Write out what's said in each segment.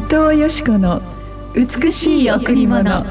藤よし子の美しい贈り物。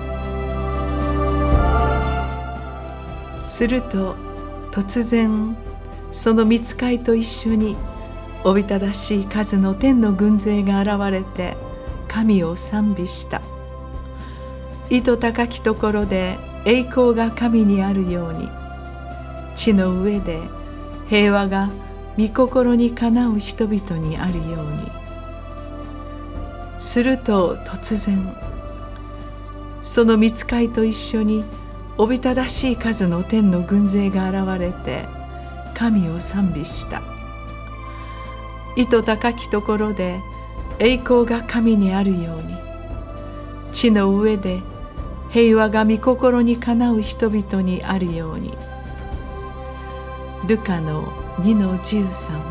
すると突然その御使いと一緒におびただしい数の天の軍勢が現れて神を賛美した。意図高きところで栄光が神にあるように、地の上で平和が御心にかなう人々にあるように。すると突然その御使いと一緒におびただしい数の天の軍勢が現れて神を賛美した。意図高きところで栄光が神にあるように、地の上で平和が御心にかなう人々にあるように。ルカの2-13。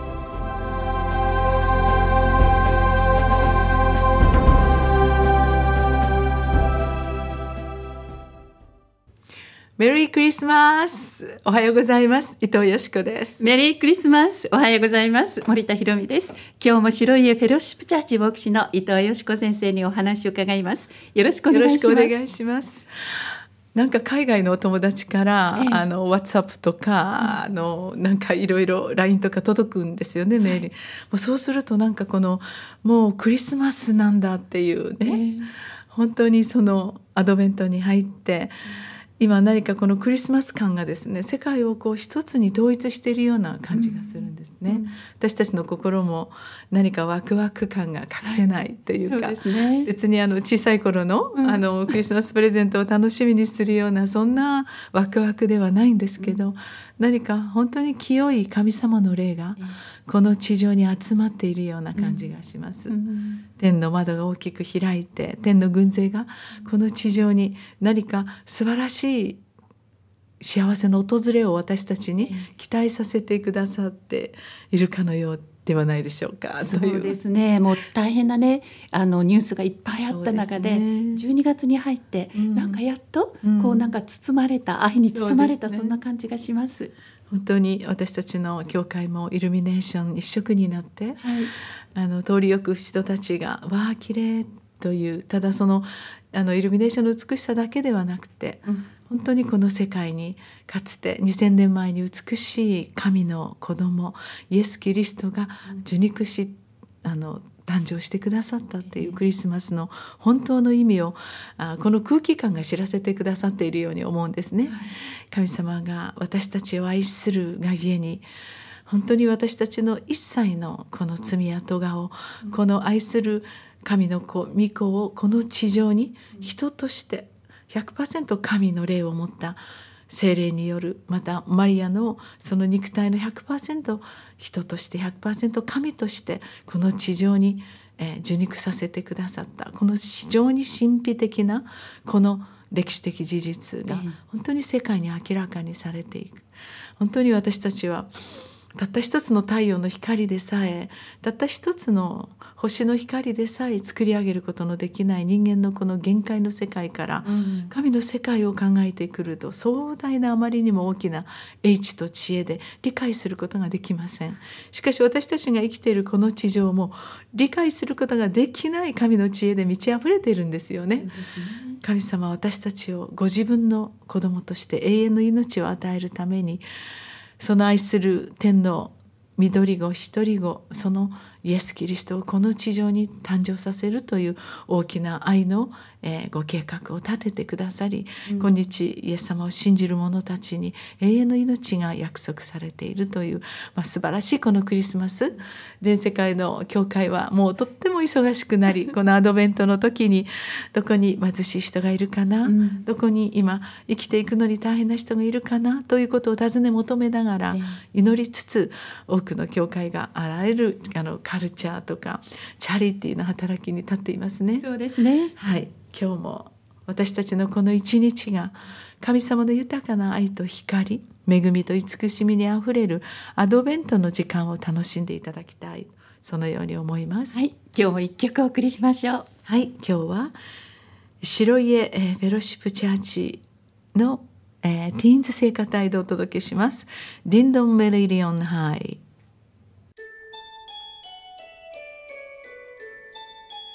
メリークリスマス。おはようございます。伊藤よし子です。 メリークリスマス。おはようございます。森田ひろみです。今日も白家フェローシップチャーチ牧師の伊藤よし子先生にお話を伺います。よろしくお願いします。 よろしくお願いします。なんか海外のお友達から、WhatsApp とかなんかいろいろ LINE とか届くんですよね、メール。もうそうするとなんかもうクリスマスなんだっていうね、本当にそのアドベントに入って、今何かこのクリスマス感がですね、世界を一つに統一しているような感じがするんですね。私たちの心も何かワクワク感が隠せないというか、 そうですね、 別に小さい頃の、クリスマスプレゼントを楽しみにするようなそんなワクワクではないんですけど、何か本当に清い神様の霊がこの地上に集まっているような感じがします。天の窓が大きく開いて、天の軍勢がこの地上に何か素晴らしい幸せの訪れを私たちに期待させてくださっているかのようではないでしょうか。 そうですね、もう大変なねニュースがいっぱいあった中で、12月に入って、なんかやっとなんか包まれた、愛に包まれた、そんな感じがします。 本当に私たちの教会もイルミネーション一色になって、通りよく人たちがわあ綺麗という、ただそのイルミネーションの美しさだけではなくて、本当にこの世界にかつて2000年前に美しい神の子供イエス・キリストが受肉し誕生してくださったっていうクリスマスの本当の意味をこの空気感が知らせてくださっているように思うんですね。神様が私たちを愛するがゆえに、本当に私たちの一切のこの罪や咎を、この愛する神の子御子をこの地上に人として 100% 神の霊を持った聖霊による、またマリアのその肉体の 100% 人として 100% 神としてこの地上に受肉させてくださった、この非常に神秘的なこの歴史的事実が本当に世界に明らかにされていく。本当に私たちはたった一つの太陽の光でさえ、たった一つの星の光でさえ作り上げることのできない人間のこの限界の世界から、神の世界を考えてくると、壮大なあまりにも大きな英知と知恵で理解することができません。しかし私たちが生きているこの地上も理解することができない神の知恵で満ち溢れているんですよね。神様は私たちをご自分の子供として永遠の命を与えるために、その愛する天の緑子一人子、そのイエス・キリストをこの地上に誕生させるという大きな愛のご計画を立ててくださり、今日イエス様を信じる者たちに永遠の命が約束されているという、素晴らしいこのクリスマス。全世界の教会はもうとっても忙しくなり、このアドベントの時にどこに貧しい人がいるかな、どこに今生きていくのに大変な人がいるかなということを尋ね求めながら祈りつつ、多くの教会があらゆるカルチャーとかチャリティーの働きに立っていますね。 そうですね。 はい、今日も私たちのこの一日が神様の豊かな愛と光、恵みと慈しみにあふれるアドベントの時間を楽しんでいただきたい、そのように思います。 はい、今日も一曲お送りしましょう。 はい、今日は白家フェローシップチャーチのティーンズ聖歌隊でお届けします。ディンドンメリリオンハイ。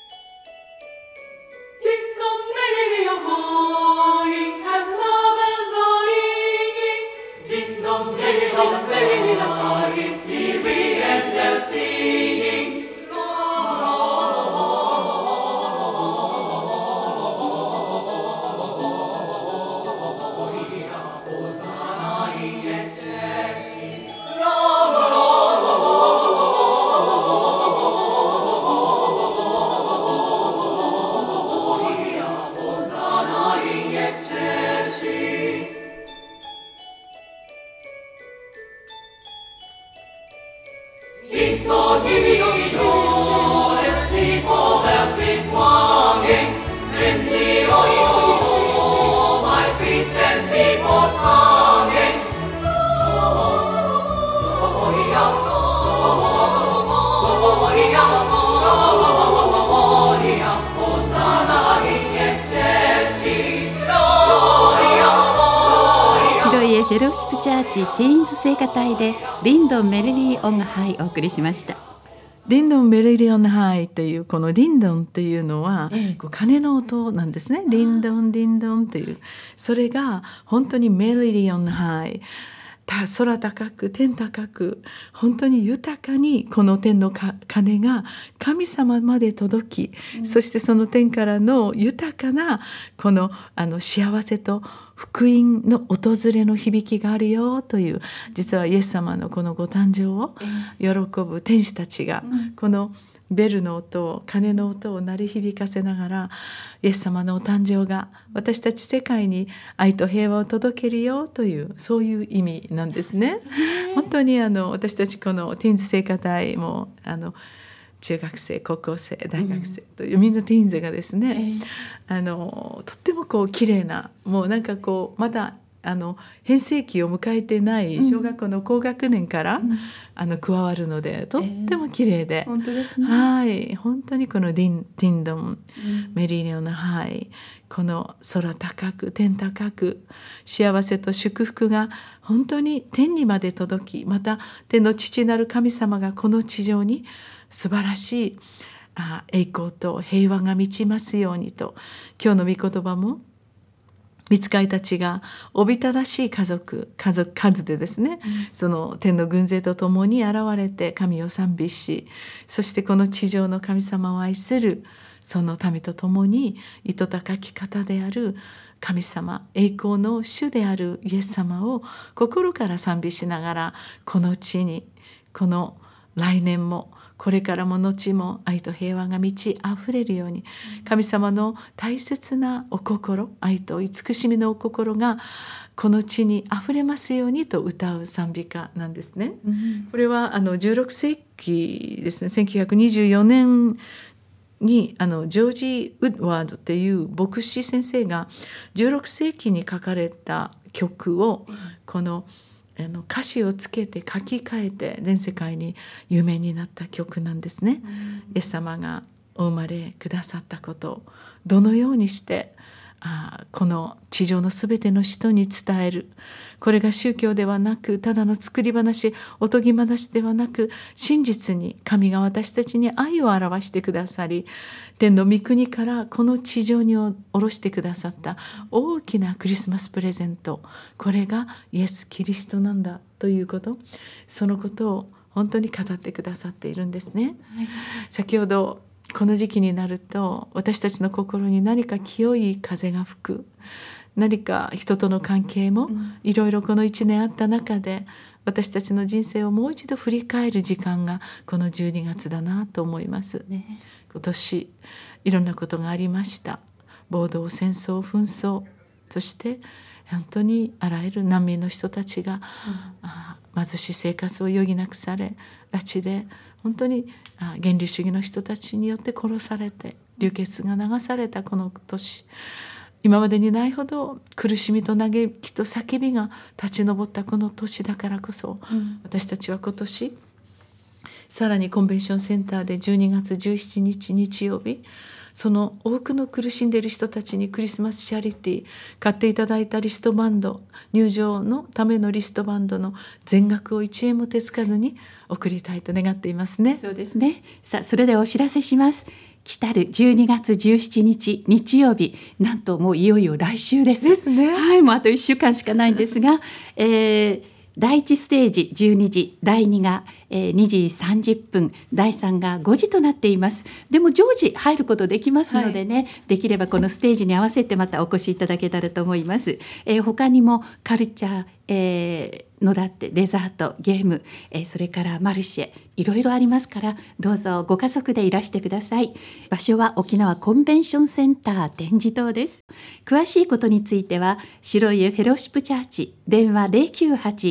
フェローシップチャーチティーンズ聖歌隊でリンドン・メリリー・オン・ハイお送りしました。 リンドン・メリリー・オン・ハイというこのリンドンっていうのは、こう鐘の音なんですね。リンドンリンドンっていう、それが本当にメリリー・オン・ハイ、空高く天高く本当に豊かにこの天の鐘が神様まで届き、そしてその天からの豊かなこの幸せと福音の訪れの響きがあるよという、実はイエス様のこのご誕生を喜ぶ天使たちがこのベルの音を、鐘の音を鳴り響かせながら、イエス様のお誕生が私たち世界に愛と平和を届けるよという、そういう意味なんですね。本当に私たちこのティーンズ聖歌隊も中学生、高校生、大学生という、みんなティーンズがですね、とってもこう綺麗な、もうなんかこうまだ変声期を迎えてない小学校の高学年から、加わるので、とっても綺麗で、 本当ですね。 はい、本当にこのティンドン、メリリオのハイ、この空高く天高く幸せと祝福が本当に天にまで届き、また天の父なる神様がこの地上に素晴らしい栄光と平和が満ちますようにと、今日の御言葉も御使いたちがおびただしい数でですね、その天の軍勢と共に現れて神を賛美し、そしてこの地上の神様を愛するその民と共に、糸高き方である神様、栄光の主であるイエス様を心から賛美しながら、この地に、この来年もこれからも後も愛と平和が満ち溢れるように、神様の大切なお心、愛と慈しみのお心がこの地に溢れますようにと歌う賛美歌なんですね。これは16世紀ですね、1924年にジョージ・ウッワードという牧師先生が16世紀に書かれた曲をこの歌詞をつけて書き換えて全世界に有名になった曲なんですね。イエス様がお生まれくださったことをどのようにしてこの地上のすべての人に伝える。これが宗教ではなく、ただの作り話、おとぎ話ではなく、真実に神が私たちに愛を表してくださり、天の御国からこの地上に下ろしてくださった大きなクリスマスプレゼント、これがイエス・キリストなんだということ、そのことを本当に語ってくださっているんですね。先ほどこの時期になると、私たちの心に何か清い風が吹く、何か人との関係もいろいろこの1年あった中で、私たちの人生をもう一度振り返る時間がこの12月だなと思います。今年いろんなことがありました。暴動、戦争、紛争、そして本当にあらゆる難民の人たちが、貧しい生活を余儀なくされ、拉致で本当に原理主義の人たちによって殺されて、流血が流されたこの年、今までにないほど苦しみと嘆きと叫びが立ち上ったこの年だからこそ、私たちは今年さらにコンベンションセンターで12月17日日曜日、その多くの苦しんでいる人たちにクリスマスチャリティー、買っていただいたリストバンド、入場のためのリストバンドの全額を1円も手つかずに送りたいと願っていますね。 そうですね。さあ、それでお知らせします。来たる12月17日日曜日、なんともういよいよ来週です。 ですね。 はい、もうあと1週間しかないんですが、第1ステージ12時、第2が2時30分、第3が5時となっています。でも常時入ることできますのでね、できればこのステージに合わせてまたお越しいただけたらと思います。他にもカルチャー、のだってデザート、ゲーム、それからマルシェ、いろいろありますから、どうぞご家族でいらしてください。場所は沖縄コンベンションセンター展示棟です。詳しいことについては白家フェローシップチャーチ、電話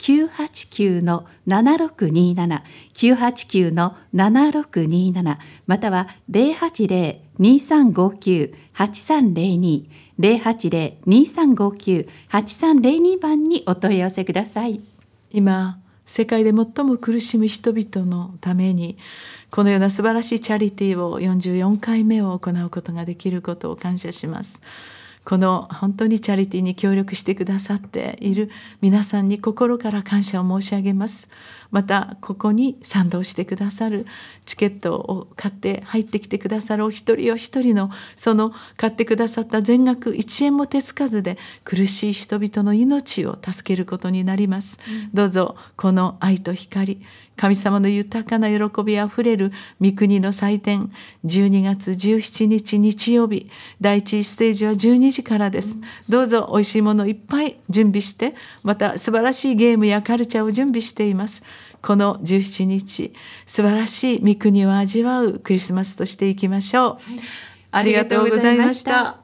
989-7627 989-7627または 080-2359-8302 080-2359-8302番にお問い合わせください。 今世界で最も苦しむ人々のためにこのような素晴らしいチャリティーを44回目を行うことができることを感謝します。この本当にチャリティーに協力してくださっている皆さんに心から感謝を申し上げます。またここに賛同してくださる、チケットを買って入ってきてくださるお一人お一人のその買ってくださった全額1円も手つかずで苦しい人々の命を助けることになります。どうぞこの愛と光、神様の豊かな喜びあふれる御国の祭典、12月17日日曜日、第1ステージは12時からです。どうぞおいしいものいっぱい準備して、また素晴らしいゲームやカルチャーを準備しています。この17日、素晴らしい御国を味わうクリスマスとしていきましょう。ありがとうございました。